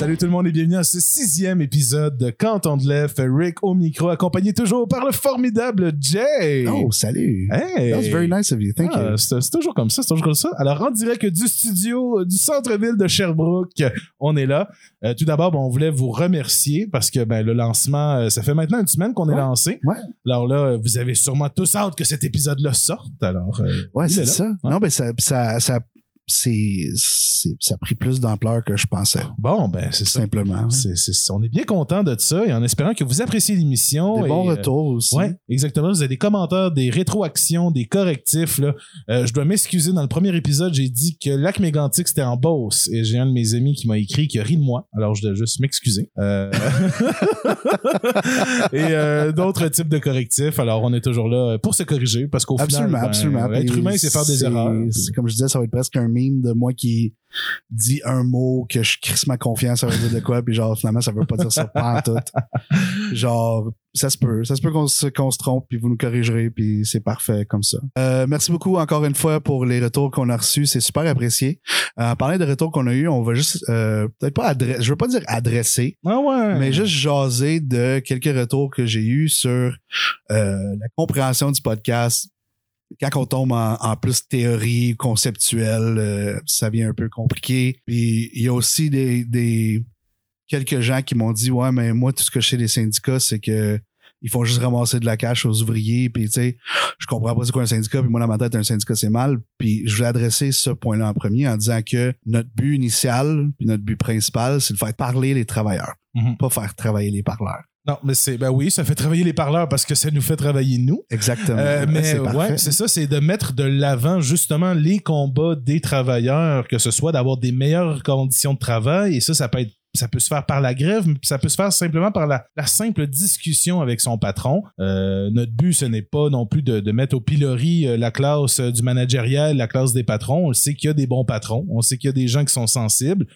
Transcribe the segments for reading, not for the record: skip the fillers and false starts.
Salut tout le monde et bienvenue à ce 6e épisode de Quand on te lève. Rick au micro, accompagné toujours par le formidable Jay. Oh, salut. Hey. That was very nice of you. Thank you. C'est toujours comme ça, c'est toujours comme ça. Alors, en direct du studio du centre-ville de Sherbrooke, on est là. Tout d'abord, on voulait vous remercier parce que le lancement, ça fait maintenant une semaine qu'on est lancé. Ouais. Alors là, vous avez sûrement tous hâte que cet épisode-là sorte. Alors, ouais, c'est là. ça. Ouais. Non, ça a pris plus d'ampleur que je pensais. Bon, c'est ça. Simplement. On est bien content de ça et en espérant que vous appréciez l'émission. Des bons retours aussi. Oui, exactement. Vous avez des commentaires, des rétroactions, des correctifs. Là. Je dois m'excuser. Dans le premier épisode, j'ai dit que Lac Mégantic, c'était en Beauce. Et j'ai un de mes amis qui m'a écrit, qui a ri de moi. Alors, je dois juste m'excuser. Et d'autres types de correctifs. Alors, on est toujours là pour se corriger parce qu'au final, absolument. Être humain, c'est faire des erreurs. Comme je disais, ça va être presque un meme de moi qui dit un mot que je crisse ma confiance, ça veut dire de quoi, puis genre finalement ça veut pas dire ça pas en tout. Genre ça se peut qu'on se trompe, puis vous nous corrigerez, puis c'est parfait comme ça. Merci beaucoup encore une fois pour les retours qu'on a reçus, c'est super apprécié. En parlant de retours qu'on a eu, on va juste peut-être pas je veux pas dire adresser, mais juste jaser de quelques retours que j'ai eu sur la compréhension du podcast. Quand on tombe en plus théorie conceptuelle, ça devient un peu compliqué. Puis il y a aussi des quelques gens qui m'ont dit ouais, mais moi tout ce que je sais des syndicats, c'est que ils font juste ramasser de la cash aux ouvriers. Puis tu sais, je comprends pas c'est quoi un syndicat. Puis moi dans ma tête un syndicat c'est mal. Puis je vais adresser ce point-là en premier en disant que notre but initial puis notre but principal, c'est de faire parler les travailleurs, pas faire travailler les parleurs. Non, mais oui, ça fait travailler les parleurs parce que ça nous fait travailler nous. Exactement. Mais ouais, c'est ça, c'est de mettre de l'avant justement les combats des travailleurs, que ce soit d'avoir des meilleures conditions de travail, et ça peut se faire par la grève, mais ça peut se faire simplement par la simple discussion avec son patron. Notre but, ce n'est pas non plus de mettre au pilori la classe du managérial, la classe des patrons. On sait qu'il y a des bons patrons, on sait qu'il y a des gens qui sont sensibles.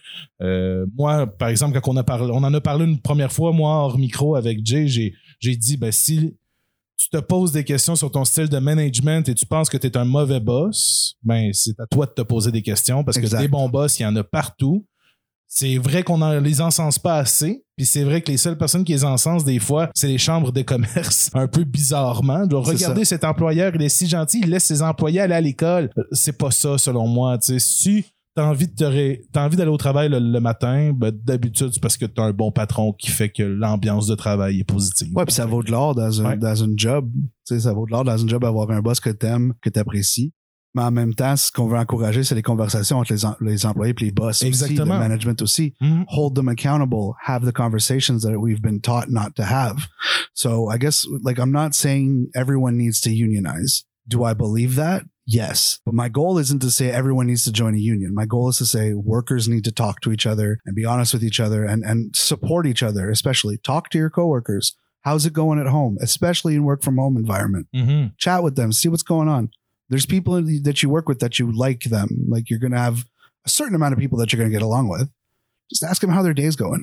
Moi, par exemple, quand on en a parlé une première fois, moi, hors micro avec Jay, j'ai dit, si tu te poses des questions sur ton style de management et tu penses que tu es un mauvais boss, c'est à toi de te poser des questions parce que des bons boss, il y en a partout. C'est vrai qu'on les encense pas assez, puis c'est vrai que les seules personnes qui les encensent des fois, c'est les chambres de commerce, un peu bizarrement. Regardez cet employeur, il est si gentil, il laisse ses employés aller à l'école. C'est pas ça selon moi. T'sais. Si t'as envie d'aller au travail le matin, d'habitude c'est parce que t'as un bon patron qui fait que l'ambiance de travail est positive. Ouais, puis ça vaut de l'or dans une job. T'sais, ça vaut de l'or dans une job avoir un boss que t'aimes, que t'apprécies. Mais en même temps, ce qu'on veut encourager, c'est les conversations entre les employés et les boss. Exactement. Aussi, le management aussi. Hold them accountable. Have the conversations that we've been taught not to have. So I guess, I'm not saying everyone needs to unionize. Do I believe that? Yes. But my goal isn't to say everyone needs to join a union. My goal is to say workers need to talk to each other and be honest with each other and support each other, especially. Talk to your coworkers. How's it going at home? Especially in work from home environment. Chat with them. See what's going on. There's people that you work with that you like them. Like you're going to have a certain amount of people that you're going to get along with. Just ask them how their day's going.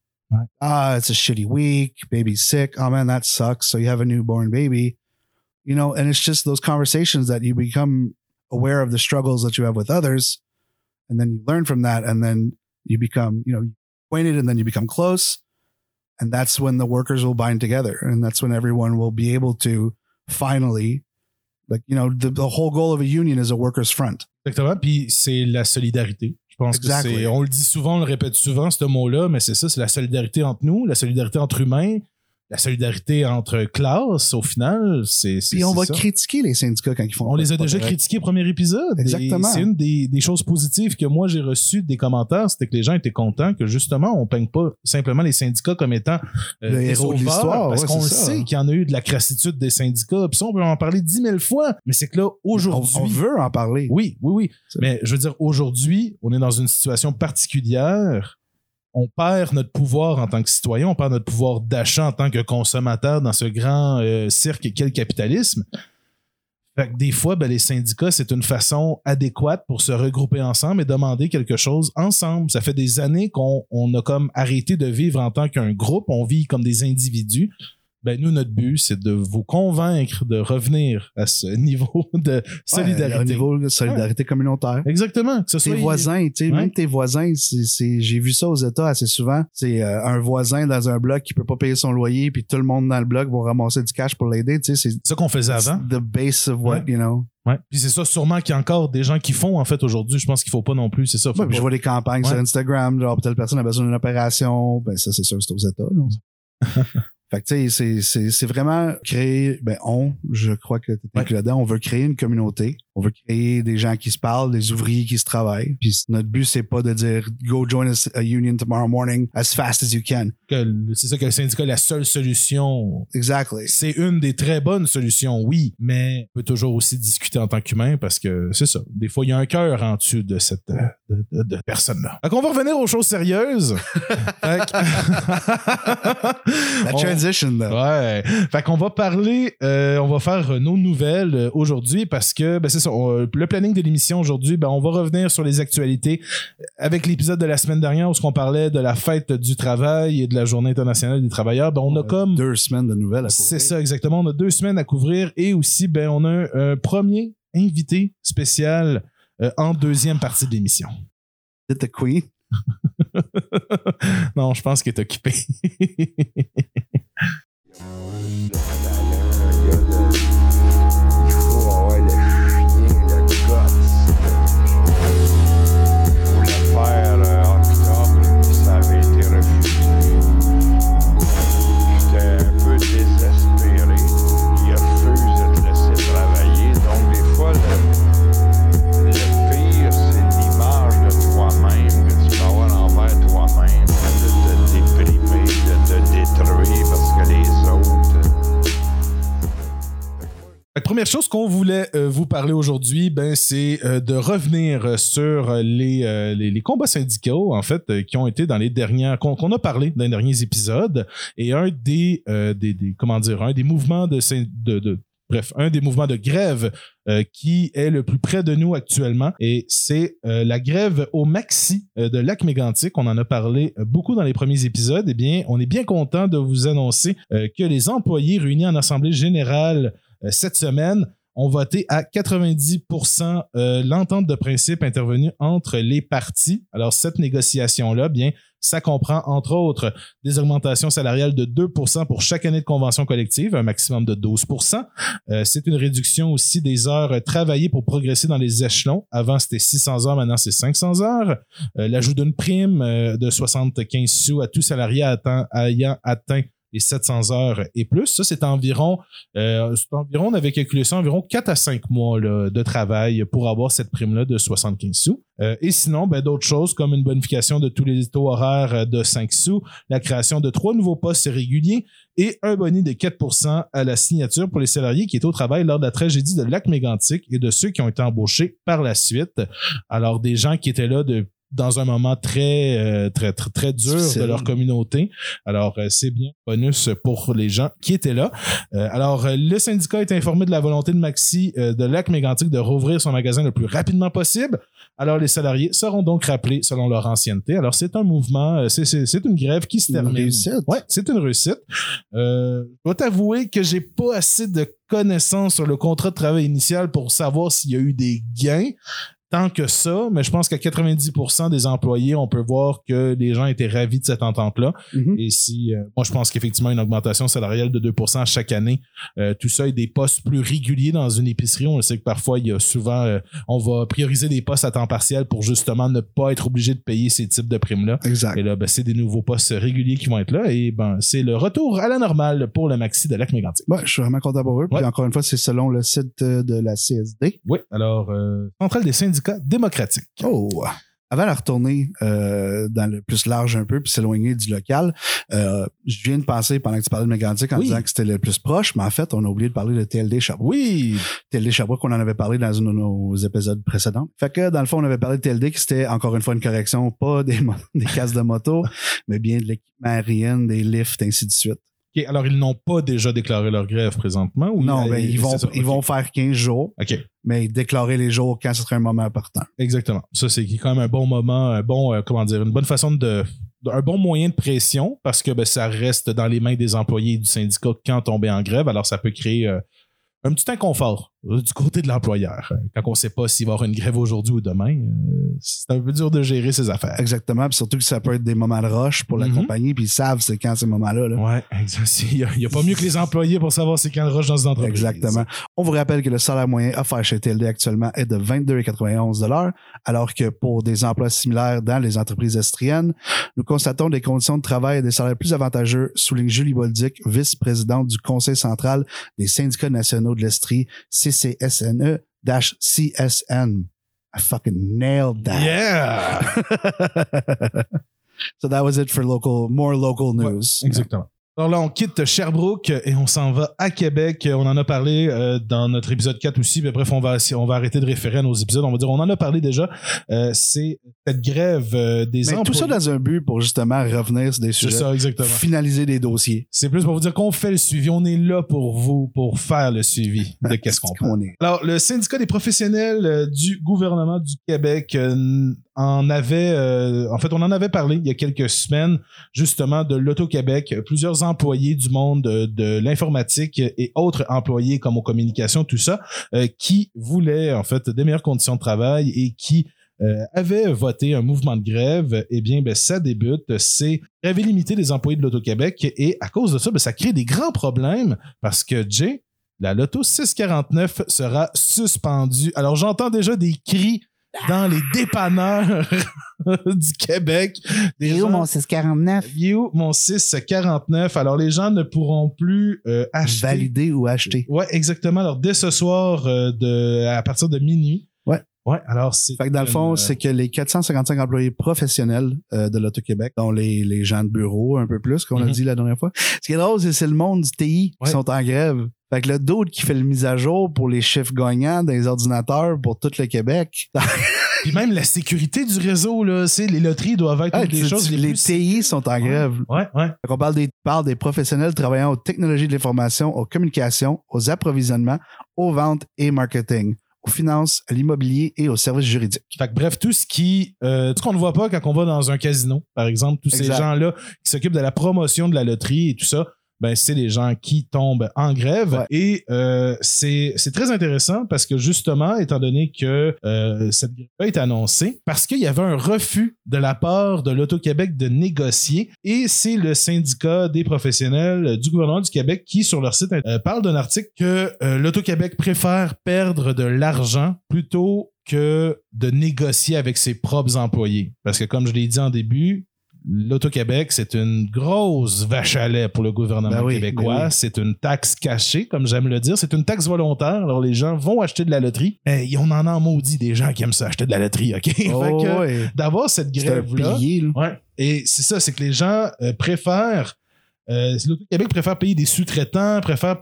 Right. It's a shitty week. Baby's sick. Oh man, that sucks. So you have a newborn baby, and it's just those conversations that you become aware of the struggles that you have with others. And then you learn from that. And then you become, acquainted and then you become close. And that's when the workers will bind together. And that's when everyone will be able to finally, the whole goal of a union is a workers' front. Exactement. Puis c'est la solidarité. Je pense que on le dit souvent, on le répète souvent, ce mot-là, mais c'est ça, c'est la solidarité entre nous, la solidarité entre humains, la solidarité entre classes, au final, Puis on va critiquer les syndicats quand ils font. On les a déjà critiqués au premier épisode. Exactement. C'est une des choses positives que moi j'ai reçues des commentaires, c'était que les gens étaient contents que justement on peigne pas simplement les syndicats comme étant le héros de l'histoire, parce qu'on le sait qu'il y en a eu de la crassitude des syndicats. Puis ça, on peut en parler 10 000 fois, mais c'est que là aujourd'hui, on veut en parler. Oui. Mais je veux dire, aujourd'hui, on est dans une situation particulière. On perd notre pouvoir en tant que citoyen, on perd notre pouvoir d'achat en tant que consommateur dans ce grand cirque qu'est le capitalisme. Fait que des fois, les syndicats, c'est une façon adéquate pour se regrouper ensemble et demander quelque chose ensemble. Ça fait des années qu'on a comme arrêté de vivre en tant qu'un groupe, on vit comme des individus. ben nous, notre but, c'est de vous convaincre de revenir à ce niveau de solidarité. Au niveau de solidarité communautaire. Exactement. Que ce soit Tes voisins, tu sais, même tes voisins, j'ai vu ça aux États assez souvent. C'est un voisin dans un bloc qui peut pas payer son loyer, puis tout le monde dans le bloc va ramasser du cash pour l'aider. Tu sais, c'est ça qu'on faisait avant. The base of what, you know. Ouais. Puis c'est ça, sûrement qu'il y a encore des gens qui font, en fait, aujourd'hui. Je pense qu'il faut pas non plus, c'est ça. Ouais, puis je vois des campagnes sur Instagram, genre, telle personne a besoin d'une opération. Ben, ça, c'est sûr, c'est aux États, là. Fait que, tu sais, c'est vraiment créer, je crois que tu es inclus là-dedans, on veut créer une communauté, on veut créer des gens qui se parlent, des ouvriers qui se travaillent. Puis notre but, c'est pas de dire « Go join a union tomorrow morning as fast as you can ». C'est ça que le syndicat est la seule solution. Exactly. C'est une des très bonnes solutions, oui, mais on peut toujours aussi discuter en tant qu'humain parce que c'est ça. Des fois, il y a un cœur en dessous de cette de personne-là. Fait qu'on va revenir aux choses sérieuses. La transition, là. Ouais. Fait qu'on va parler, on va faire nos nouvelles aujourd'hui parce que, ben c'est ça, le planning de l'émission aujourd'hui, ben on va revenir sur les actualités avec l'épisode de la semaine dernière où on parlait de la fête du travail et de la journée internationale des travailleurs. Ben on a comme 2 semaines de nouvelles à couvrir. C'est ça, exactement. On a 2 semaines à couvrir et aussi, ben on a un premier invité spécial en deuxième partie de l'émission. C'est The Queen? Non, je pense qu'il est occupé. Première chose qu'on voulait vous parler aujourd'hui, ben c'est de revenir sur les combats syndicaux en fait qui ont été dans les dernières qu'on a parlé dans les derniers épisodes et un des mouvements un des mouvements de grève qui est le plus près de nous actuellement et c'est la grève au Maxi de Lac-Mégantic. On en a parlé beaucoup dans les premiers épisodes. Eh bien, on est bien content de vous annoncer que les employés réunis en assemblée générale cette semaine ont voté à 90% l'entente de principe intervenue entre les parties. Alors, cette négociation-là, bien, ça comprend, entre autres, des augmentations salariales de 2% pour chaque année de convention collective, un maximum de 12%. C'est une réduction aussi des heures travaillées pour progresser dans les échelons. Avant, c'était 600 heures, maintenant, c'est 500 heures. L'ajout d'une prime de 75 sous à tout salarié ayant atteint les 700 heures et plus. Ça, c'est environ, on avait calculé ça, environ 4 à 5 mois là, de travail pour avoir cette prime-là de 75 sous. Et sinon, ben, d'autres choses comme une bonification de tous les taux horaires de 5 sous, la création de 3 nouveaux postes réguliers et un boni de 4% à la signature pour les salariés qui étaient au travail lors de la tragédie de Lac-Mégantic et de ceux qui ont été embauchés par la suite. Alors, des gens qui étaient là dans un moment très dur de leur communauté. Alors, c'est bien bonus pour les gens qui étaient là. Alors, le syndicat est informé de la volonté de Maxi de Lac-Mégantic de rouvrir son magasin le plus rapidement possible. Alors, les salariés seront donc rappelés selon leur ancienneté. Alors, c'est un mouvement, c'est une grève qui se termine. Une réussite. Ouais, c'est une réussite. Je dois t'avouer que j'ai pas assez de connaissances sur le contrat de travail initial pour savoir s'il y a eu des gains. Tant que ça, mais je pense qu'à 90% des employés, on peut voir que les gens étaient ravis de cette entente-là. Mm-hmm. Et si, moi, je pense qu'effectivement, une augmentation salariale de 2% chaque année, tout ça est des postes plus réguliers dans une épicerie. On le sait que parfois, il y a souvent, on va prioriser des postes à temps partiel pour justement ne pas être obligé de payer ces types de primes-là. Exact. Et là, ben, c'est des nouveaux postes réguliers qui vont être là. Et ben, c'est le retour à la normale pour le Maxi de Lac-Mégantic. Ouais, je suis vraiment content pour eux. Puis encore une fois, c'est selon le site de la CSD. Oui, alors, Centrale des syndicats démocratiques. Oh! Avant de retourner dans le plus large un peu puis s'éloigner du local, je viens de penser pendant que tu parlais de Mégantic en disant que c'était le plus proche, mais en fait, on a oublié de parler de TLD Sherbrooke. Oui! TLD Sherbrooke, on en avait parlé dans un de nos épisodes précédents. Fait que dans le fond, on avait parlé de TLD qui c'était encore une fois une correction, pas des casques de moto, mais bien de l'équipement aérien, des lifts, ainsi de suite. Okay, alors, ils n'ont pas déjà déclaré leur grève présentement? Ou non, ben, ils vont faire 15 jours. OK. Mais déclarer les jours quand ce serait un moment important. Exactement. Ça, c'est quand même un bon moment, une bonne façon de un bon moyen de pression parce que ça reste dans les mains des employés du syndicat quand tomber en grève. Alors, ça peut créer un petit inconfort du côté de l'employeur. Quand on ne sait pas s'il va y avoir une grève aujourd'hui ou demain, c'est un peu dur de gérer ses affaires. Exactement. Puis surtout que ça peut être des moments de rush pour la compagnie, puis ils savent c'est quand ces moments-là. Là. Ouais, il n'y a pas mieux que les employés pour savoir c'est quand le rush dans une entreprise. Exactement. On vous rappelle que le salaire moyen offert chez TLD actuellement est de 22,91 $, alors que pour des emplois similaires dans les entreprises estriennes, nous constatons des conditions de travail et des salaires plus avantageux, souligne Julie Bolduc, vice-présidente du Conseil central des syndicats nationaux de l'Estrie, CCSNE-CSN. I fucking nailed that. Yeah! So that was it for more local news. Ouais, exactement. Alors là, on quitte Sherbrooke et on s'en va à Québec. On en a parlé dans notre épisode 4 aussi. Mais bref, on va arrêter de référer à nos épisodes. On va dire, on en a parlé déjà. C'est cette grève des employés. Tout ça dans un but pour justement revenir sur des sujets. C'est ça, exactement. Finaliser des dossiers. C'est plus pour vous dire qu'on fait le suivi. On est là pour vous, pour faire le suivi de qu'est-ce qu'on parle. Alors, le syndicat des professionnels du gouvernement du Québec on en avait parlé il y a quelques semaines, justement, de l'Auto-Québec. Plusieurs employés du monde de l'informatique et autres employés comme aux communications, tout ça, qui voulaient, en fait, des meilleures conditions de travail et qui avaient voté un mouvement de grève. Eh bien, ça débute. C'est grève illimitée des employés de l'Auto-Québec et à cause de ça, ça crée des grands problèmes parce que, Jay, la Loto 649 sera suspendue. Alors, j'entends déjà des cris dans les dépanneurs du Québec. You mon 649? You mon 649. Alors, les gens ne pourront plus acheter. Valider ou acheter. Ouais, exactement. Alors, dès ce soir, à partir de minuit. Ouais, alors c'est. Fait que dans le fond, c'est que les 455 employés professionnels de l'Auto-Québec, dont les gens de bureau un peu plus, qu'on a dit la dernière fois. Ce qui est drôle, c'est le monde du TI qui sont en grève. Fait que le dude qui fait le mise à jour pour les chiffres gagnants des ordinateurs pour tout le Québec. Puis même la sécurité du réseau, là, les loteries doivent être des choses les TI sont en grève. Ouais. Fait qu'on parle des professionnels travaillant aux technologies de l'information, aux communications, aux approvisionnements, aux ventes et marketing, aux finances, à l'immobilier et aux services juridiques. Fait que bref, tout ce qu'on ne voit pas quand on va dans un casino, par exemple, tous ces gens-là qui s'occupent de la promotion de la loterie et tout ça, c'est les gens qui tombent en grève. Ouais. Et c'est très intéressant parce que justement, étant donné que cette grève a été annoncée, parce qu'il y avait un refus de la part de l'Auto-Québec de négocier, et c'est le syndicat des professionnels du gouvernement du Québec qui, sur leur site, parle d'un article que l'Auto-Québec préfère perdre de l'argent plutôt que de négocier avec ses propres employés. Parce que comme je l'ai dit en début, l'Auto-Québec, c'est une grosse vache à lait pour le gouvernement québécois. Oui. C'est une taxe cachée, comme j'aime le dire. C'est une taxe volontaire. Alors, les gens vont acheter de la loterie. Et on en a maudit des gens qui aiment ça, acheter de la loterie, OK? D'avoir cette grève-là... Ouais. Et c'est ça, c'est que les gens préfèrent... l'Auto-Québec préfère payer des sous-traitants, préfère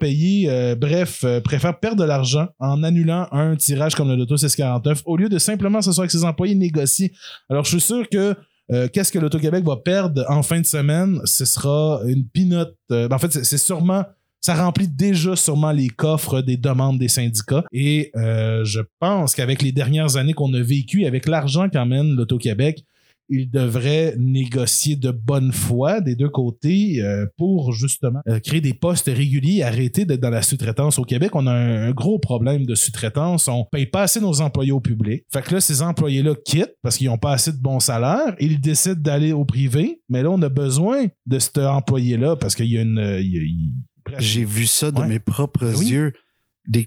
perdre de l'argent en annulant un tirage comme le Loto 649 au lieu de simplement s'asseoir avec ses employés et négocier. Alors, je suis sûr que qu'est-ce que l'Auto-Québec va perdre en fin de semaine? Ce sera une peanut. En fait, c'est sûrement... Ça remplit déjà sûrement les coffres des demandes des syndicats. Et je pense qu'avec les dernières années qu'on a vécues, avec l'argent qu'emmène l'Auto-Québec, il devrait négocier de bonne foi des deux côtés pour justement créer des postes réguliers et arrêter d'être dans la sous-traitance. Au Québec, on a un gros problème de sous-traitance. On paye pas assez nos employés au public. Fait que là, ces employés-là quittent parce qu'ils n'ont pas assez de bons salaires. Ils décident d'aller au privé. Mais là, on a besoin de cet employé-là parce qu'il y a une... J'ai vu ça de mes propres yeux. Des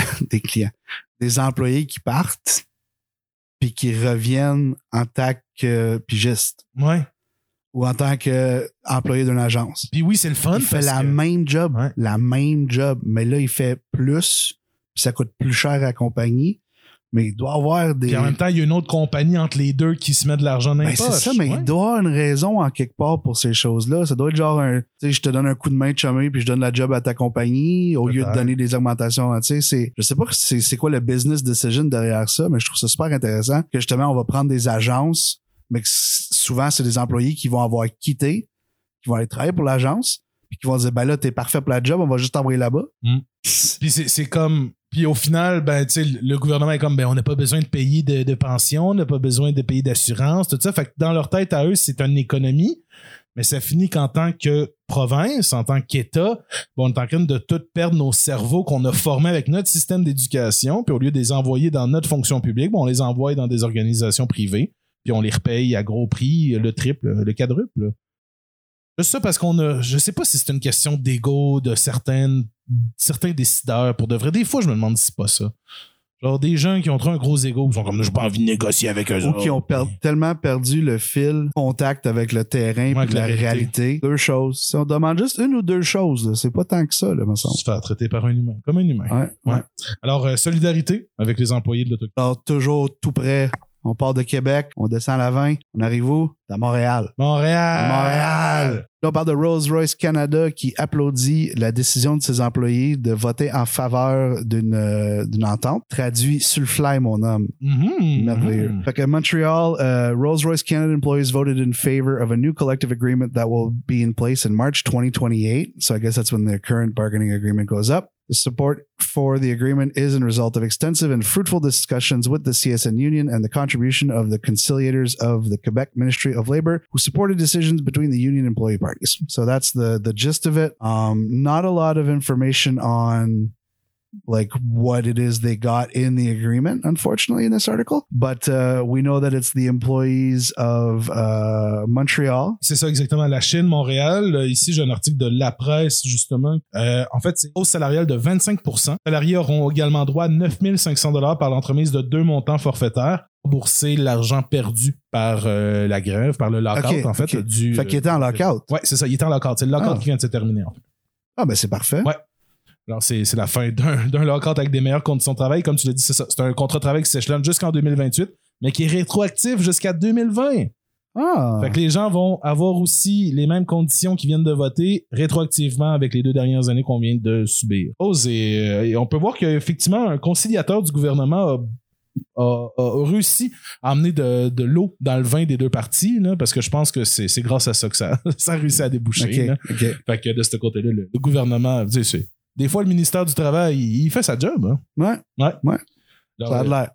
employés qui partent puis qui reviennent en tant que pigiste. Ouais. Ou en tant qu'employé d'une agence. Puis oui, c'est le fun. Il fait la même job. Mais là, il fait plus. Puis ça coûte plus cher à la compagnie. Mais il doit avoir des... Puis en même temps, il y a une autre compagnie entre les deux qui se met de l'argent dans les poches. C'est ça, mais il doit avoir une raison en quelque part pour ces choses-là. Ça doit être genre tu sais, je te donne un coup de main de chumé puis je donne la job à ta compagnie au lieu de donner des augmentations. Tu sais, je sais pas c'est quoi le business decision derrière ça, mais je trouve ça super intéressant que justement, on va prendre des agences, mais que souvent, c'est des employés qui vont avoir quitté, qui vont aller travailler pour l'agence, puis qui vont dire, là, t'es parfait pour la job, on va juste t'envoyer là-bas. Puis c'est comme... Puis au final, ben, tu sais, le gouvernement est comme, ben, on n'a pas besoin de payer de pension, on n'a pas besoin de payer d'assurance, tout ça. Fait que dans leur tête à eux, c'est une économie. Mais ça finit qu'en tant que province, en tant qu'État, bon, on est en train de tout perdre nos cerveaux qu'on a formés avec notre système d'éducation. Puis au lieu de les envoyer dans notre fonction publique, bon, on les envoie dans des organisations privées. Puis on les repaye à gros prix, le triple, le quadruple. Juste ça parce je sais pas si c'est une question d'ego de certains décideurs. Pour de vrai, des fois, je me demande si c'est pas ça. Genre des gens qui ont trop un gros ego, qui sont comme, j'ai pas envie de négocier avec eux. Ou qui ont tellement perdu le fil contact avec le terrain et la réalité. Deux choses. Si on demande juste une ou deux choses, là, c'est pas tant que ça, là, me semble. Se faire traiter par un humain, comme un humain. Ouais. Alors, solidarité avec les employés de l'auto. Alors, toujours tout près. On part de Québec, on descend à la 20, on arrive où? À Montréal. Montréal! Là, on parle de Rolls-Royce Canada qui applaudit la décision de ses employés de voter en faveur d'une entente. Traduit sur le fly, mon homme. Merveilleux. Fait que Montreal, Rolls-Royce Canada employees voted in favor of a new collective agreement that will be in place in March 2028. So I guess that's when their current bargaining agreement goes up. The support for the agreement is a result of extensive and fruitful discussions with the CSN union and the contribution of the conciliators of the Quebec Ministry of Labor, who supported decisions between the union employee parties. So that's the gist of it. Not a lot of information on like what it is they got in the agreement, unfortunately, in this article. But we know that it's the employees of Montreal. C'est ça exactement, la Chine, Montréal. Ici, j'ai un article de La Presse, justement. En fait, c'est hausse salariale de 25%. Les salariés auront également droit à 9 500 $ par l'entremise de 2 montants forfaitaires. Rembourser l'argent perdu par la grève, par le lockout, en fait. Fait qu'il était en lockout. Ouais, c'est ça, il était en lockout. C'est le lockout qui vient de se terminer, en fait. Ah, ben c'est parfait. Ouais. Alors, c'est la fin d'un lockout avec des meilleures conditions de travail. Comme tu l'as dit, c'est ça. C'est un contrat de travail qui s'échelonne jusqu'en 2028, mais qui est rétroactif jusqu'à 2020. Fait que les gens vont avoir aussi les mêmes conditions qu'ils viennent de voter rétroactivement avec les 2 dernières années qu'on vient de subir. Et on peut voir qu'effectivement, un conciliateur du gouvernement a réussi à amener de l'eau dans le vin des deux parties, là, parce que je pense que c'est grâce à ça que ça a réussi à déboucher. Okay. Fait que de ce côté-là, le gouvernement, tu sais, des fois, le ministère du Travail, il fait sa job. Hein? Ouais. Alors, ça a de l'air.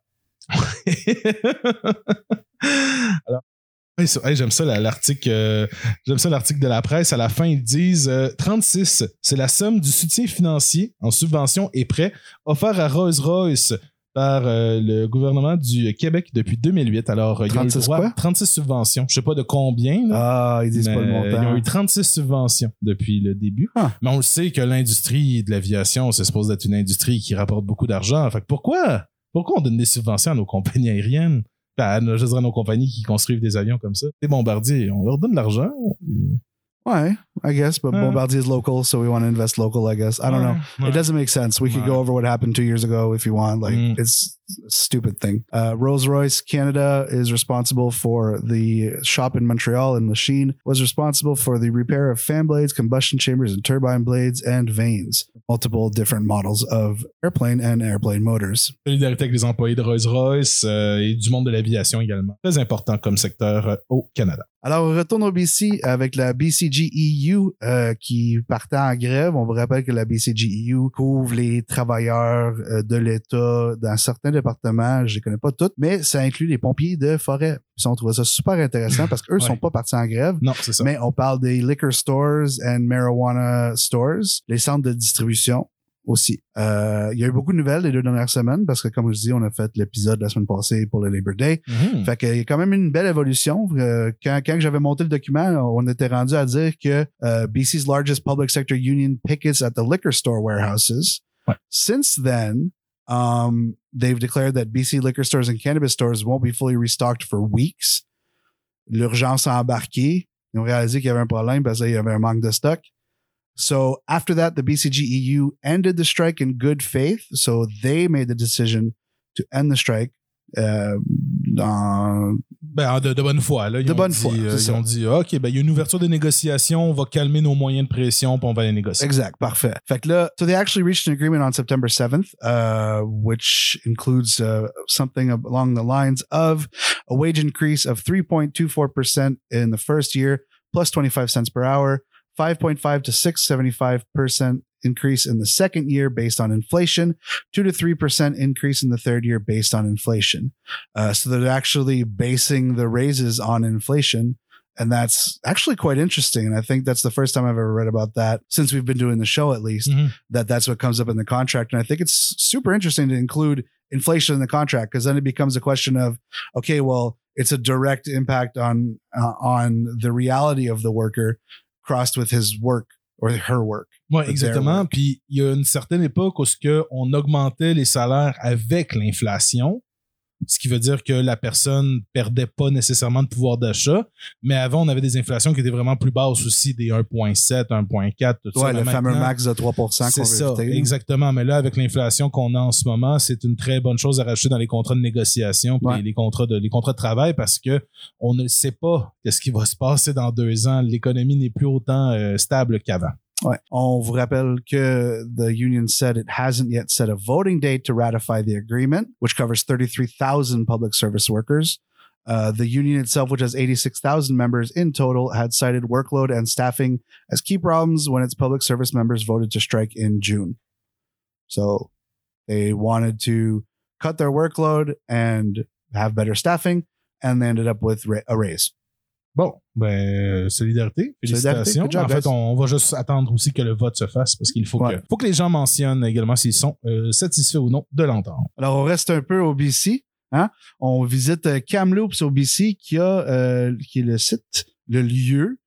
Alors, j'aime ça l'article. J'aime ça l'article de La Presse. À la fin, ils disent 36, c'est la somme du soutien financier en subvention et prêts offert à Rolls-Royce par le gouvernement du Québec depuis 2008. Alors, il y a eu droit à 36 subventions. Je sais pas de combien. Là, ils disent pas le montant. Ils ont eu 36 subventions depuis le début. Mais on le sait que l'industrie de l'aviation, c'est supposé être une industrie qui rapporte beaucoup d'argent. Fait que pourquoi on donne des subventions à nos compagnies aériennes? À nos compagnies qui construisent des avions comme ça. Les Bombardier, on leur donne de l'argent. Ouais, I guess, but Bombardier is local, so we want to invest local, I guess. I don't know. It doesn't make sense. We could go over what happened 2 years ago if you want. Like, it's a stupid thing. Rolls-Royce Canada is responsible for the shop in Montreal, and Lachine was responsible for the repair of fan blades, combustion chambers, and turbine blades, and vanes. Multiple different models of airplane and airplane motors. Solidarité avec les employés de Rolls-Royce et du monde de l'aviation également. Très important comme secteur au Canada. Alors, on retourne au BC avec la BCGEU qui partait en grève. On vous rappelle que la BCGEU couvre les travailleurs de l'État dans certains départements. Je les connais pas toutes, mais ça inclut les pompiers de forêt. Puis on trouve ça super intéressant parce qu'eux sont pas partis en grève. Non, c'est ça. Mais on parle des liquor stores and marijuana stores, les centres de distribution aussi. Il y a eu beaucoup de nouvelles les 2 dernières semaines parce que, comme je dis, on a fait l'épisode la semaine passée pour le Labor Day. Fait qu'il y a quand même une belle évolution. Quand j'avais monté le document, on était rendu à dire que BC's largest public sector union pickets at the liquor store warehouses. Since then, they've declared that BC liquor stores and cannabis stores won't be fully restocked for weeks. L'urgence a embarqué. Ils ont réalisé qu'il y avait un problème parce qu'il y avait un manque de stock. So after that, the BCGEU ended the strike in good faith. So they made the decision to end the strike. De bonne foi. Là. Ils ont dit, OK, il y a une ouverture des négociations, on va calmer nos moyens de pression, puis on va les négocier. Exact, parfait. Fait que là, so they actually reached an agreement on September 7th, which includes something along the lines of a wage increase of 3.24% in the first year, plus 25 cents per hour, 5.5 to 6.75% increase in the second year based on inflation, 2 to 3% increase in the third year based on inflation. So they're actually basing the raises on inflation. And that's actually quite interesting. And I think that's the first time I've ever read about that since we've been doing the show, at least, that's what comes up in the contract. And I think it's super interesting to include inflation in the contract, because then it becomes a question of, okay, well, it's a direct impact on the reality of the worker crossed with his work or her work. Ouais, exactement. Puis il y a une certaine époque où on augmentait les salaires avec l'inflation, ce qui veut dire que la personne perdait pas nécessairement de pouvoir d'achat, mais avant, on avait des inflations qui étaient vraiment plus basses aussi, des 1.7, 1.4, tout ça. Ouais, le fameux max de 3% c'est qu'on ça, veut éviter. Exactement. Mais là, avec l'inflation qu'on a en ce moment, c'est une très bonne chose à rajouter dans les contrats de négociation puis les contrats de travail, parce que on ne sait pas ce qui va se passer dans 2 ans. L'économie n'est plus autant stable qu'avant. Ouais. On vous rappelle que the union said it hasn't yet set a voting date to ratify the agreement, which covers 33,000 public service workers. The union itself, which has 86,000 members in total, had cited workload and staffing as key problems when its public service members voted to strike in June. So they wanted to cut their workload and have better staffing, and they ended up with a raise. Bon, ben, solidarité, félicitations. Good job, en fait, on va juste attendre aussi que le vote se fasse, parce qu'il faut que les gens mentionnent également s'ils sont satisfaits ou non de l'entente. Alors, on reste un peu au BC. Hein? On visite Kamloops au BC, qui est le site, le lieu,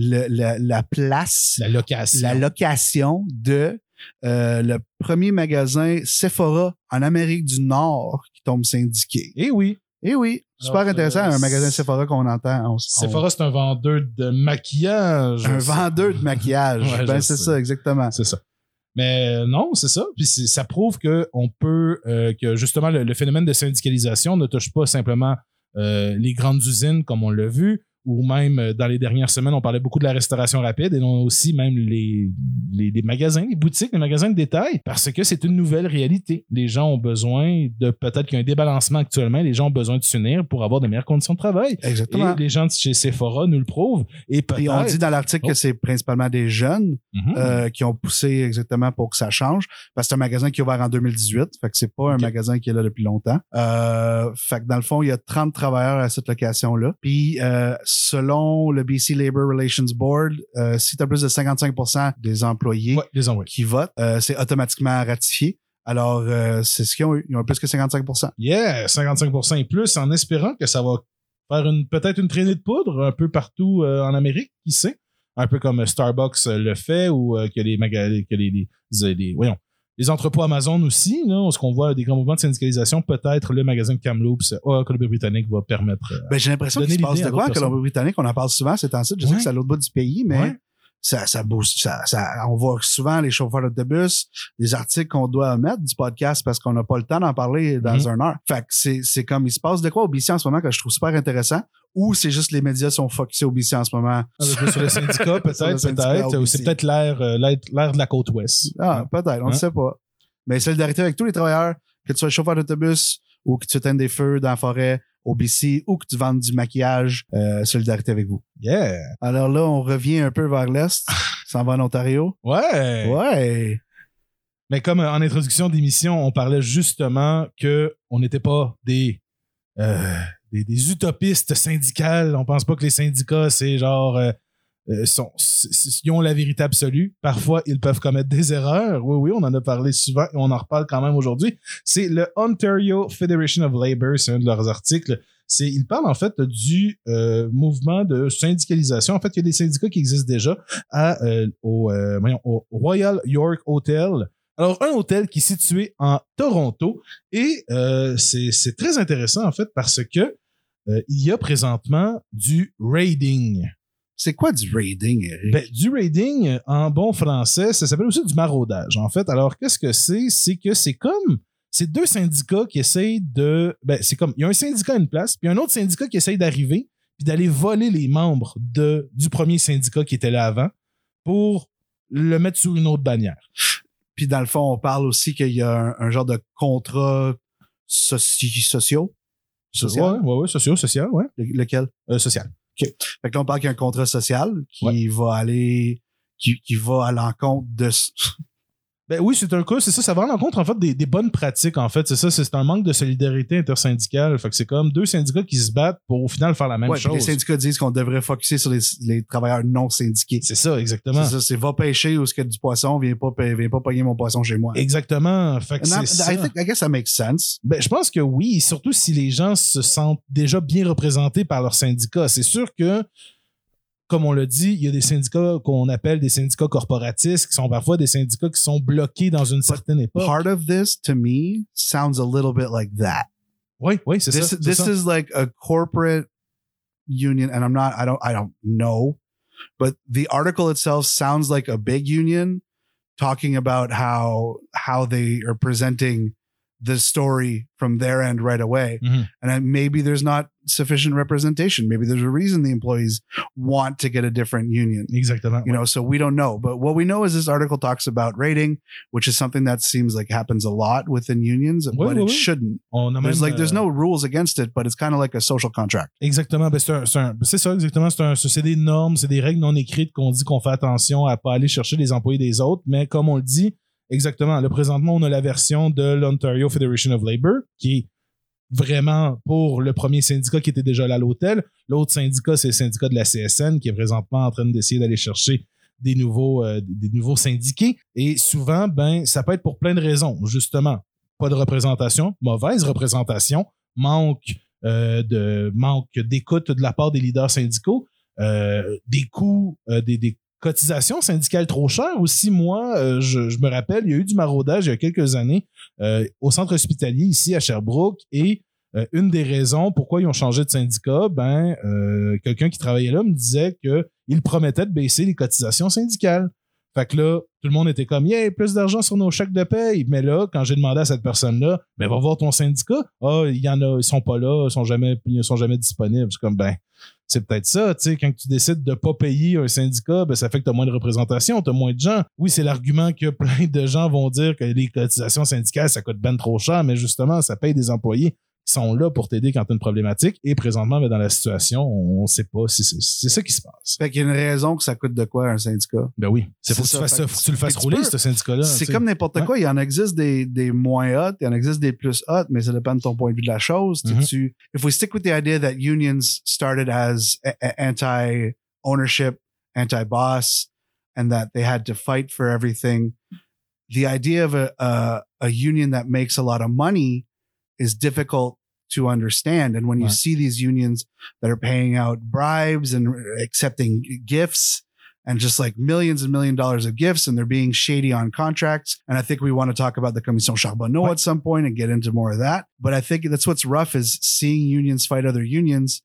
la place, la location de le premier magasin Sephora en Amérique du Nord qui tombe syndiqué. Eh oui. Eh oui, super intéressant, un magasin Sephora qu'on entend. Sephora, c'est un vendeur de maquillage. Un vendeur de maquillage. Ouais, ben, c'est ça, exactement. C'est ça. Mais non, c'est ça. Puis ça prouve qu'on peut, que justement, le phénomène de syndicalisation ne touche pas simplement les grandes usines, comme on l'a vu, ou même dans les dernières semaines, on parlait beaucoup de la restauration rapide, et non aussi même les magasins, les boutiques, les magasins de détail, parce que c'est une nouvelle réalité. Les gens ont besoin de, peut-être qu'il y a un débalancement actuellement, les gens ont besoin de s'unir pour avoir de meilleures conditions de travail. Exactement. Et les gens de chez Sephora nous le prouvent. Et on dit dans l'article que c'est principalement des jeunes qui ont poussé exactement pour que ça change, parce que c'est un magasin qui est ouvert en 2018, fait que c'est pas un magasin qui est là depuis longtemps. Fait que dans le fond, il y a 30 travailleurs à cette location-là. Puis selon le BC Labor Relations Board, si tu as plus de 55% des employés qui votent, c'est automatiquement ratifié. Alors, c'est ce qu'ils ont eu. Ils ont plus que 55%. Yeah, 55% et plus, en espérant que ça va faire peut-être une traînée de poudre un peu partout en Amérique, qui sait. Un peu comme Starbucks le fait, ou que les entrepôts Amazon aussi, là, où on voit des grands mouvements de syndicalisation, peut-être le magasin de Kamloops Colombie-Britannique va permettre. J'ai l'impression qu'il se passe de quoi en Colombie-Britannique. On en parle souvent ces temps-ci. Je sais que c'est à l'autre bout du pays, mais ça booste. On voit souvent les chauffeurs d'autobus, des articles qu'on doit mettre du podcast parce qu'on n'a pas le temps d'en parler dans 1 heure. Fait que c'est comme il se passe de quoi au BC en ce moment que je trouve super intéressant. Ou c'est juste les médias sont focusés au BC en ce moment. Sur le syndicat, peut-être. Ou c'est peut-être l'air de la côte ouest. Ah, peut-être, on ne sait pas. Mais solidarité avec tous les travailleurs, que tu sois chauffeur d'autobus ou que tu éteignes des feux dans la forêt au BC ou que tu vendes du maquillage, solidarité avec vous. Yeah! Alors là, on revient un peu vers l'Est. Ça va en Ontario. Ouais! Mais comme en introduction d'émission, on parlait justement qu'on n'était pas des utopistes syndicales. On pense pas que les syndicats, c'est genre ils ont la vérité absolue. Parfois, ils peuvent commettre des erreurs. Oui, on en a parlé souvent et on en reparle quand même aujourd'hui. C'est le Ontario Federation of Labour, c'est un de leurs articles. Ils parlent en fait du mouvement de syndicalisation. En fait, il y a des syndicats qui existent déjà au Royal York Hotel. Alors, un hôtel qui est situé en Toronto, et c'est très intéressant en fait parce que il y a présentement du raiding. C'est quoi du raiding, Eric? Ben, du raiding, en bon français, ça s'appelle aussi du maraudage, en fait. Alors, qu'est-ce que c'est? C'est que c'est comme... C'est 2 syndicats qui essayent de... Ben, c'est comme... Il y a un syndicat à une place, puis un autre syndicat qui essaye d'arriver, puis d'aller voler les membres du premier syndicat qui était là avant pour le mettre sous une autre bannière. Puis, dans le fond, on parle aussi qu'il y a un genre de contrat sociaux. Ouais, social, ouais. Lequel? Social. Okay. Fait que là, on parle qu'il y a un contrat social qui va aller qui va à l'encontre de... Ben oui, c'est un cas, c'est ça va à l'encontre en fait des bonnes pratiques en fait, c'est ça, c'est un manque de solidarité intersyndicale, fait que c'est comme deux syndicats qui se battent pour au final faire la même chose. Les syndicats disent qu'on devrait focusser sur les travailleurs non syndiqués. C'est ça, exactement. C'est ça, c'est va pêcher où il y a du poisson, viens pas pogner mon poisson chez moi. Exactement, fait que c'est ça. I guess that makes sense. Ben je pense que oui, surtout si les gens se sentent déjà bien représentés par leur syndicat. C'est sûr que comme on l'a dit, il y a des syndicats qu'on appelle des syndicats corporatistes qui sont parfois des syndicats qui sont bloqués dans une certaine époque. Part of this, to me, sounds a little bit like that. Oui, c'est ça. This is like a corporate union, and I don't know, but the article itself sounds like a big union talking about how they are presenting the story from their end right away. Mm-hmm. And maybe there's not sufficient representation. Maybe there's a reason the employees want to get a different union. Exactement. You know, so we don't know. But what we know is this article talks about rating, which is something that seems like happens a lot within unions, but it shouldn't. There's no rules against it, but it's kind of like a social contract. Exactement. Ben c'est ça, exactement. C'est des normes, c'est des règles non écrites qu'on dit qu'on fait attention à pas aller chercher les employés des autres, mais comme on le dit, exactement. Là, présentement, on a la version de l'Ontario Federation of Labour, qui est vraiment pour le premier syndicat qui était déjà là à l'hôtel. L'autre syndicat, c'est le syndicat de la CSN, qui est présentement en train d'essayer d'aller chercher des nouveaux syndiqués. Et souvent, ben, ça peut être pour plein de raisons. Justement, pas de représentation, mauvaise représentation, manque d'écoute de la part des leaders syndicaux, des coûts, des cotisations syndicales trop chères aussi. Moi, je me rappelle, il y a eu du maraudage il y a quelques années au centre hospitalier ici à Sherbrooke et une des raisons pourquoi ils ont changé de syndicat, quelqu'un qui travaillait là me disait qu'il promettait de baisser les cotisations syndicales. Fait que là, tout le monde était comme, yeah, plus d'argent sur nos chèques de paye. Mais là, quand j'ai demandé à cette personne-là, va voir ton syndicat. Il y en a, ils sont pas là, ils sont jamais disponibles. C'est comme, c'est peut-être ça, tu sais, quand tu décides de pas payer un syndicat, ça fait que t'as moins de représentation, t'as moins de gens. Oui, c'est l'argument que plein de gens vont dire que les cotisations syndicales, ça coûte ben trop cher, mais justement, ça paye des employés qui sont là pour t'aider quand t'as une problématique. Et présentement, dans la situation, on sait pas si c'est ça qui se passe. Fait qu'il y a une raison que ça coûte de quoi un syndicat. Ben oui. Faut que tu le fasses rouler, ce syndicat-là. C'est comme n'importe quoi. Il y en existe des moins hot, il y en existe des plus hot, mais ça dépend de ton point de vue de la chose. Mm-hmm. If we stick with the idea that unions started as anti-ownership, anti-boss, and that they had to fight for everything, the idea of a union that makes a lot of money is difficult to understand. And when you see these unions that are paying out bribes and accepting gifts and just like millions and $1 million of gifts, and they're being shady on contracts. And I think we want to talk about the Commission Charbonneau at some point and get into more of that. But I think that's what's rough is seeing unions fight other unions.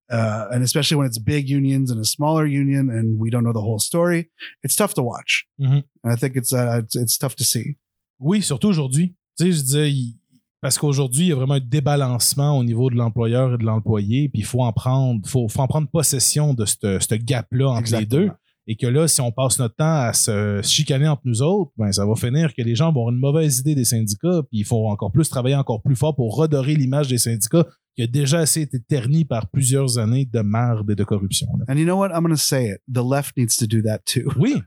And especially when it's big unions and a smaller union and we don't know the whole story, it's tough to watch. Mm-hmm. And I think it's tough to see. Oui, surtout aujourd'hui. Tu sais, je disais, parce qu'aujourd'hui, il y a vraiment un débalancement au niveau de l'employeur et de l'employé, puis il faut en prendre possession de ce gap-là entre les deux. Et que là, si on passe notre temps à se chicaner entre nous autres, ça va finir que les gens vont avoir une mauvaise idée des syndicats, puis il faut encore plus travailler encore plus fort pour redorer l'image des syndicats qui a déjà assez été ternie par plusieurs années de merde et de corruption. Là. And you know what? I'm going to say it. The left needs to do that too. Oui,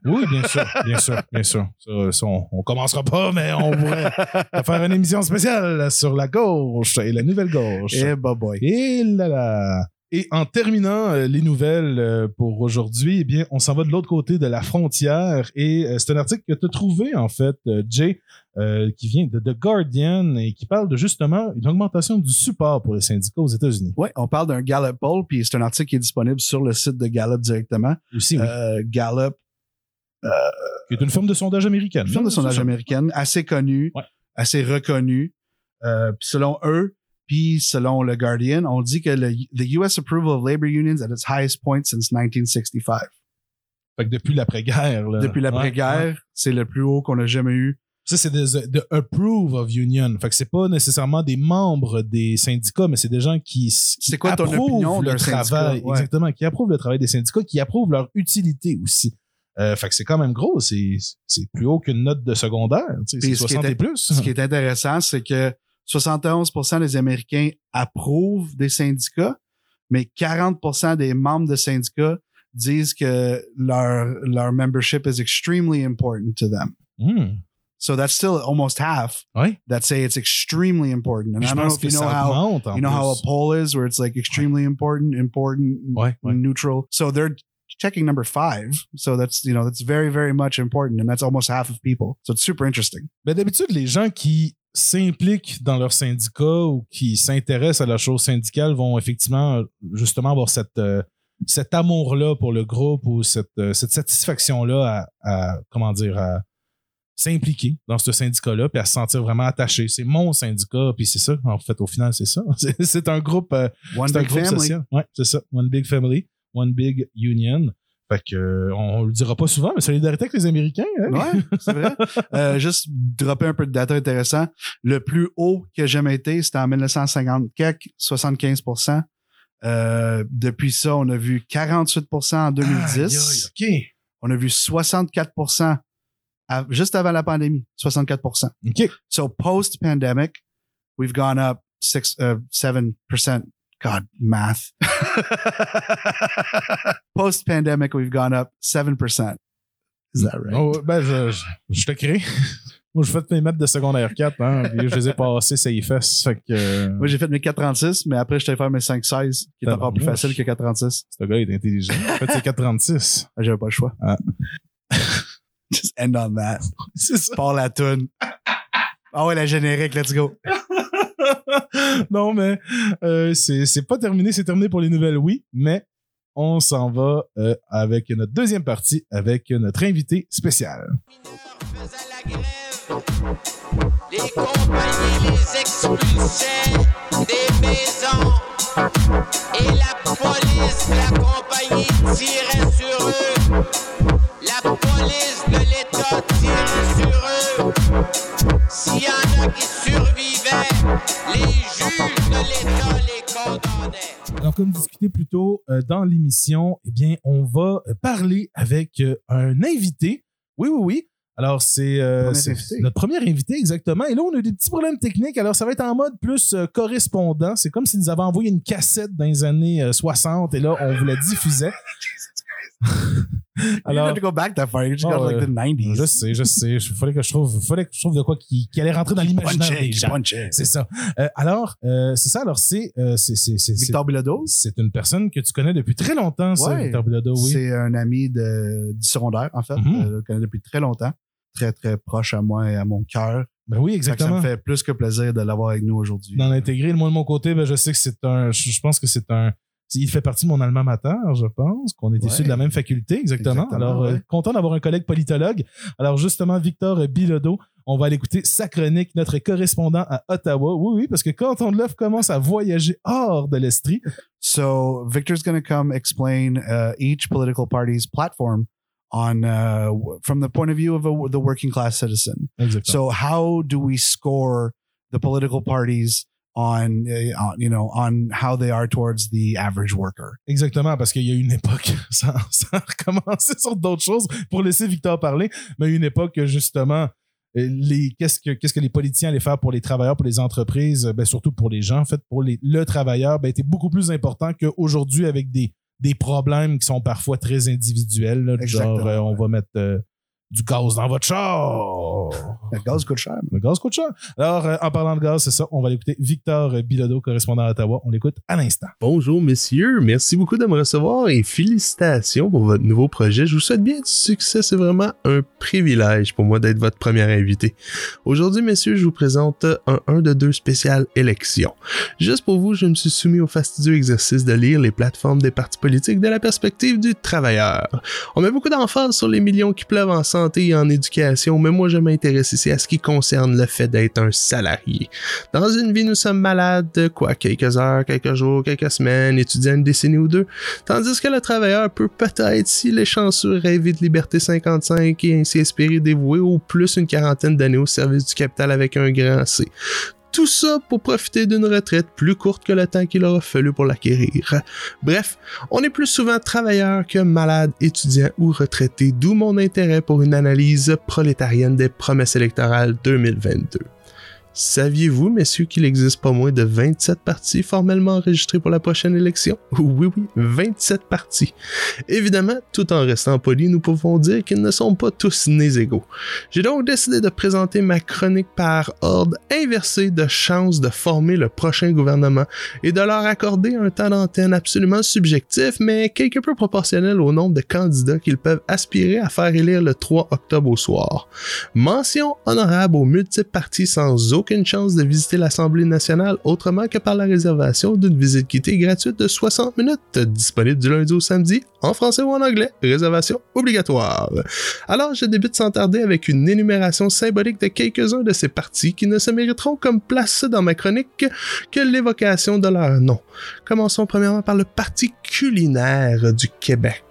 bien sûr. Ça, on commencera pas, mais on pourrait faire une émission spéciale sur la gauche et la nouvelle gauche. Eh, boy. Et là là. Et en terminant les nouvelles pour aujourd'hui, eh bien, on s'en va de l'autre côté de la frontière et c'est un article que tu as trouvé, en fait, Jay, qui vient de The Guardian et qui parle de justement une augmentation du support pour les syndicats aux États-Unis. Oui, on parle d'un Gallup poll, puis c'est un article qui est disponible sur le site de Gallup directement. Aussi, oui. Gallup. Qui est une firme de sondage américaine. Une firme de sondage américaine, assez connue, assez reconnue. Puis selon eux, puis selon le Guardian, on dit que the US approval of labor unions at its highest point since 1965. Fait que depuis l'après-guerre. Là. Depuis l'après-guerre, c'est le plus haut qu'on a jamais eu. Ça, c'est de approve of union. Fait que c'est pas nécessairement des membres des syndicats, mais c'est des gens qui c'est quoi ton opinion le travail. Exactement, qui approuvent le travail des syndicats, qui approuvent leur utilité aussi. Fait que c'est quand même gros. C'est plus haut qu'une note de secondaire. C'est 60 et plus. Ce qui est intéressant, c'est que 71% des Américains approuvent des syndicats, mais 40% des membres de syndicats disent que leur membership is extremely important to them. So that's still almost half that say it's extremely important. And I don't know if you know how a poll is, where it's like extremely important, neutral. So they're checking number 5. So that's very, very much important. And that's almost half of people. So it's super interesting. Ben d'habitude, les gens qui s'impliquent dans leur syndicat ou qui s'intéressent à la chose syndicale vont effectivement justement avoir cet amour-là pour le groupe ou cette satisfaction-là à s'impliquer dans ce syndicat-là puis à se sentir vraiment attaché. C'est mon syndicat, puis c'est ça. En fait, au final, c'est ça. C'est un groupe, One big family. Social. Ouais, c'est ça. One big family, one big union. Fait que on le dira pas souvent, mais solidarité avec les Américains. Hein? Ouais, c'est vrai. Juste dropper un peu de data intéressant. Le plus haut qui a jamais été, c'était en 1950, 75%. Depuis ça, on a vu 48% en 2010. OK. On a vu 64% juste avant la pandémie. 64%. OK. So post-pandemic, we've gone up 7%. God, math. Post-pandemic, we've gone up 7%. Is that right? Oh, ben, je te crée. Moi, je fais mes maths de secondaire 4, hein, puis je les ai passés, ça y fait. Fait que, Moi, j'ai fait mes 4,36, mais après, je t'ai fait mes 5,16, qui est encore plus facile que 4,36. Ce gars est intelligent. En fait, c'est 4,36. J'avais pas le choix. Ah. Just end on that. C'est ça. Part la toune. Ah ouais, la générique, let's go. Non, mais c'est pas terminé. C'est terminé pour les nouvelles, oui, mais on s'en va avec notre deuxième partie avec notre invité spécial. Les compagnies les expulsaient des maisons et la police de la compagnie tirait sur eux. La police de l'État tirait sur eux. S'il y en a qui survivaient, les juges de l'État les condamnaient. Alors, comme discuté plus tôt dans l'émission, eh bien, on va parler avec un invité. Oui. Alors, c'est notre premier invité, exactement. Et là, on a des petits problèmes techniques. Alors, ça va être en mode plus correspondant. C'est comme s'ils nous avaient envoyé une cassette dans les années 60 et là, on vous la diffusait. Alors, you have to go back that far. You just got like the 90s. Je sais. Il fallait que je trouve de quoi qui allait rentrer dans l'imaginaire des gens. C'est ça. C'est ça. Alors, c'est Victor Bilodeau. C'est une personne que tu connais depuis très longtemps, ça, Victor Bilodeau, oui. C'est un ami du secondaire, en fait. Je le connais depuis très longtemps. Très, très proche à moi et à mon cœur. Ben oui, exactement. Ça me fait plus que plaisir de l'avoir avec nous aujourd'hui. D'en intégrer. Moi, de mon côté, ben, je sais que je pense que il fait partie de mon alma mater, je pense, qu'on est issus de la même faculté, exactement. Alors, content d'avoir un collègue politologue. Alors, justement, Victor Bilodeau, on va aller écouter sa chronique, notre correspondant à Ottawa. Oui, parce que quand on commence à voyager hors de l'Estrie. So, Victor's going to come explain each political party's platform on from the point of view of the working class citizen. Exactement. So, how do we score the political parties on how they are towards the average worker? Exactement, parce qu'il y a une époque, sans recommencer sur d'autres choses pour laisser Victor parler, mais il y a une époque que justement, qu'est-ce que les politiciens allaient faire pour les travailleurs, pour les entreprises, ben surtout pour les gens, en fait, pour le travailleur, ben était beaucoup plus important qu'aujourd'hui avec des problèmes qui sont parfois très individuels, là, genre on va mettre du gaz dans votre char. Le gaz coûte cher. Le gaz coûte cher. Alors, en parlant de gaz, c'est ça. On va l'écouter Victor Bilodeau, correspondant à Ottawa. On l'écoute à l'instant. Bonjour, messieurs. Merci beaucoup de me recevoir et félicitations pour votre nouveau projet. Je vous souhaite bien du succès. C'est vraiment un privilège pour moi d'être votre premier invité. Aujourd'hui, messieurs, je vous présente un 1 de 2 spécial élection. Juste pour vous, je me suis soumis au fastidieux exercice de lire les plateformes des partis politiques de la perspective du travailleur. On met beaucoup d'emphase sur les millions qui pleuvent en santé et en éducation, mais moi je m'intéresse ici à ce qui concerne le fait d'être un salarié. Dans une vie, nous sommes malades, quelques heures, quelques jours, quelques semaines, étudiant une décennie ou deux, tandis que le travailleur peut peut-être, s'il est chanceux, rêver de liberté 55 et ainsi espérer dévouer au plus une quarantaine d'années au service du capital avec un grand C. Tout ça pour profiter d'une retraite plus courte que le temps qu'il aura fallu pour l'acquérir. Bref, on est plus souvent travailleur que malade, étudiant ou retraité, d'où mon intérêt pour une analyse prolétarienne des promesses électorales 2022. Saviez-vous, messieurs, qu'il existe pas moins de 27 partis formellement enregistrés pour la prochaine élection? Oui, 27 partis. Évidemment, tout en restant poli, nous pouvons dire qu'ils ne sont pas tous nés égaux. J'ai donc décidé de présenter ma chronique par ordre inversé de chance de former le prochain gouvernement et de leur accorder un temps d'antenne absolument subjectif, mais quelque peu proportionnel au nombre de candidats qu'ils peuvent aspirer à faire élire le 3 octobre au soir. Mention honorable aux multiples partis sans aucune chance de visiter l'Assemblée nationale autrement que par la réservation d'une visite guidée gratuite de 60 minutes, disponible du lundi au samedi, en français ou en anglais, réservation obligatoire. Alors, je débute sans tarder avec une énumération symbolique de quelques-uns de ces partis qui ne se mériteront comme place dans ma chronique que l'évocation de leur nom. Commençons premièrement par le Parti culinaire du Québec,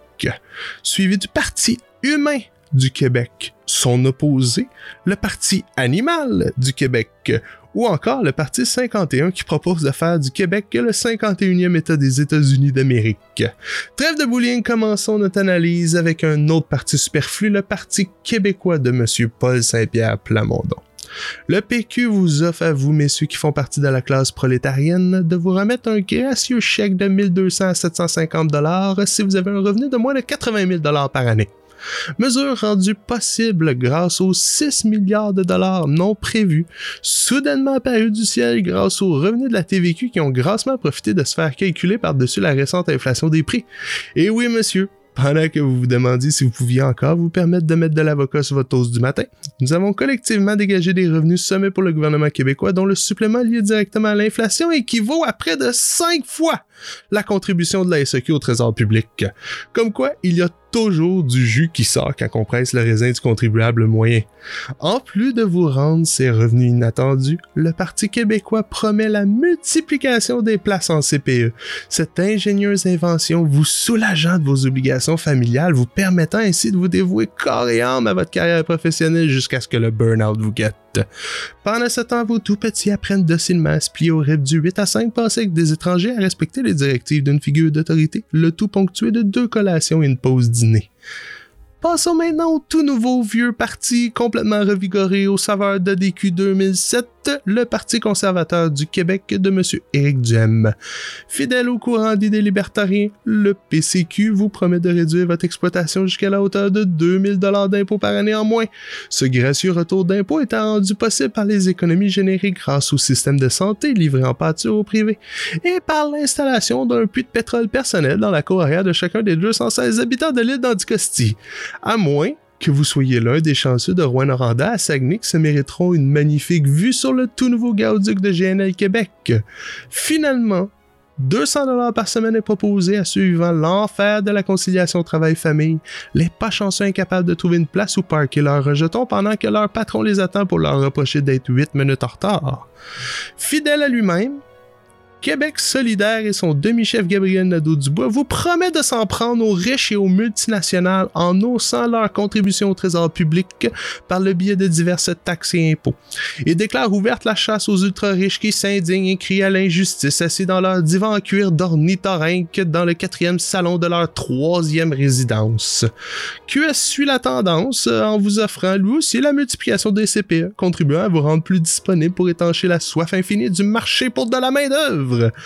suivi du Parti humain du Québec, son opposé, le Parti animal du Québec, ou encore le Parti 51 qui propose de faire du Québec le 51e État des États-Unis d'Amérique. Trêve de bullying, commençons notre analyse avec un autre parti superflu, le Parti québécois de M. Paul Saint-Pierre Plamondon. Le PQ vous offre à vous, messieurs qui font partie de la classe prolétarienne, de vous remettre un gracieux chèque de 1200 à 750 $ si vous avez un revenu de moins de 80 000 $ par année. Mesure rendue possible grâce aux 6 milliards de dollars non prévus, soudainement apparus du ciel grâce aux revenus de la TVQ qui ont grassement profité de se faire calculer par-dessus la récente inflation des prix. Et oui, monsieur, pendant que vous vous demandiez si vous pouviez encore vous permettre de mettre de l'avocat sur votre toast du matin, nous avons collectivement dégagé des revenus sommés pour le gouvernement québécois dont le supplément lié directement à l'inflation équivaut à près de 5 fois la contribution de la SEQ au trésor public. Comme quoi, il y a toujours du jus qui sort quand on presse le raisin du contribuable moyen. En plus de vous rendre ces revenus inattendus, le Parti québécois promet la multiplication des places en CPE. Cette ingénieuse invention vous soulageant de vos obligations familiales, vous permettant ainsi de vous dévouer corps et âme à votre carrière professionnelle jusqu'à ce que le burn-out vous guette. Pendant ce temps, vos tout petits apprennent docilement à se plier au rythme du 8 à 5 passé avec des étrangers à respecter les directives d'une figure d'autorité, le tout ponctué de 2 collations et une pause dîner. Passons maintenant au tout nouveau vieux parti complètement revigoré aux saveurs de DQ 2007, le Parti conservateur du Québec de M. Éric Duhem. Fidèle au courant d'idées libertariens, le PCQ vous promet de réduire votre exploitation jusqu'à la hauteur de 2000 $ d'impôts par année en moins. Ce gracieux retour d'impôts étant rendu possible par les économies générées grâce au système de santé livré en pâture au privé et par l'installation d'un puits de pétrole personnel dans la cour arrière de chacun des 216 habitants de l'île d'Anticosti. À moins que vous soyez l'un des chanceux de Rouyn-Noranda à Saguenay qui se mériteront une magnifique vue sur le tout nouveau gaoduc de GNL Québec. Finalement, 200 $ par semaine est proposé à ceux vivant l'enfer de la conciliation travail-famille, les pas chanceux incapables de trouver une place où parker leurs rejetons pendant que leur patron les attend pour leur reprocher d'être 8 minutes en retard. Fidèle à lui-même, Québec solidaire et son demi-chef Gabriel Nadeau-Dubois vous promet de s'en prendre aux riches et aux multinationales en haussant leur contribution au trésor public par le biais de diverses taxes et impôts. Et déclare ouverte la chasse aux ultra-riches qui s'indignent et crient à l'injustice assis dans leur divan en cuir d'ornithorynque dans le 4e salon de leur 3e résidence. QS suit la tendance en vous offrant lui aussi la multiplication des CPE, contribuant à vous rendre plus disponible pour étancher la soif infinie du marché pour de la main-d'œuvre.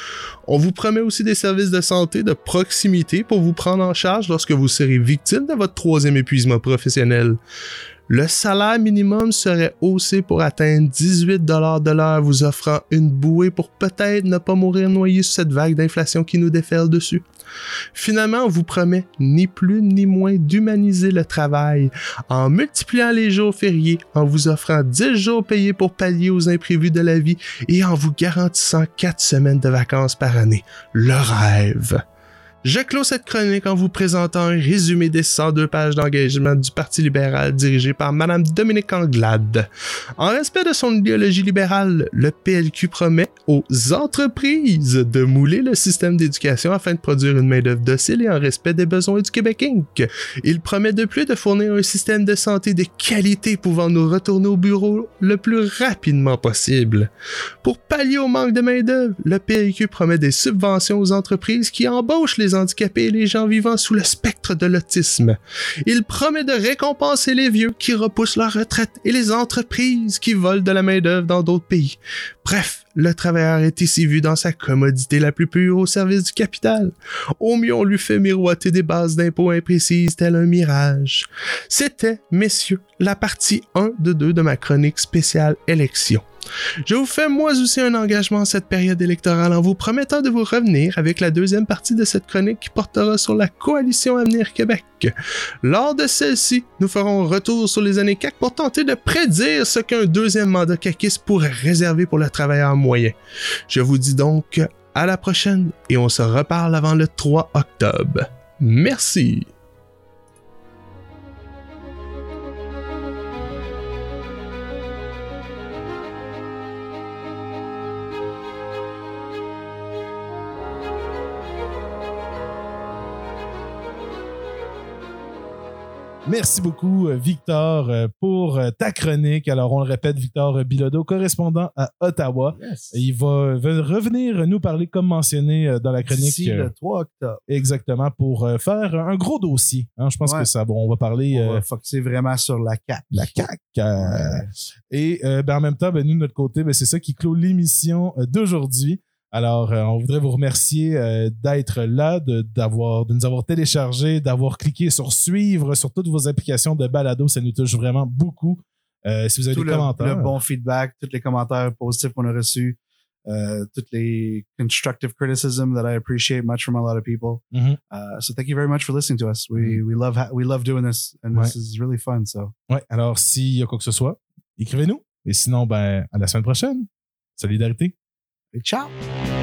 On vous promet aussi des services de santé de proximité pour vous prendre en charge lorsque vous serez victime de votre 3e épuisement professionnel. Le salaire minimum serait haussé pour atteindre 18 $ de l'heure, vous offrant une bouée pour peut-être ne pas mourir noyé sous cette vague d'inflation qui nous déferle dessus. Finalement, on vous promet ni plus ni moins d'humaniser le travail en multipliant les jours fériés, en vous offrant 10 jours payés pour pallier aux imprévus de la vie et en vous garantissant 4 semaines de vacances par année. Le rêve! Je clôt cette chronique en vous présentant un résumé des 102 pages d'engagement du Parti libéral dirigé par Mme Dominique Anglade. En respect de son idéologie libérale, le PLQ promet aux entreprises de mouler le système d'éducation afin de produire une main-d'œuvre docile et en respect des besoins du Québec Inc. Il promet de plus de fournir un système de santé de qualité pouvant nous retourner au bureau le plus rapidement possible. Pour pallier au manque de main-d'œuvre, le PLQ promet des subventions aux entreprises qui embauchent les les handicapés et les gens vivant sous le spectre de l'autisme. Il promet de récompenser les vieux qui repoussent leur retraite et les entreprises qui volent de la main-d'œuvre dans d'autres pays. Bref, le travailleur est ici vu dans sa commodité la plus pure au service du capital. Au mieux, on lui fait miroiter des bases d'impôts imprécises tel un mirage. C'était, messieurs, la partie 1 de 2 de ma chronique spéciale élection. Je vous fais moi aussi un engagement en cette période électorale en vous promettant de vous revenir avec la deuxième partie de cette chronique qui portera sur la coalition Avenir Québec. Lors de celle-ci, nous ferons un retour sur les années CAQ pour tenter de prédire ce qu'un deuxième mandat caquiste pourrait réserver pour le travailleur moyen. Je vous dis donc à la prochaine et on se reparle avant le 3 octobre. Merci! Merci beaucoup, Victor, pour ta chronique. Alors, on le répète, Victor Bilodeau, correspondant à Ottawa. Yes. Il va revenir nous parler, comme mentionné dans la chronique. D'ici le 3 octobre. Exactement, pour faire un gros dossier. Hein, je pense que ça, on va parler... On va focuser vraiment sur la CAQ. La CAQ. Et en même temps, nous, de notre côté, c'est ça qui clôt l'émission d'aujourd'hui. Alors, on voudrait vous remercier d'être là, de nous avoir téléchargé, d'avoir cliqué sur suivre sur toutes vos applications de balado. Ça nous touche vraiment beaucoup. Si vous avez des commentaires. Le bon feedback, tous les commentaires positifs qu'on a reçus, toutes les constructive criticism that I appreciate much from a lot of people. Mm-hmm. So thank you very much for listening to us. We love doing this, and this is really fun. So. Ouais. Alors, s'il y a quoi que ce soit, écrivez-nous. Et sinon, à la semaine prochaine. Solidarité. Et ciao!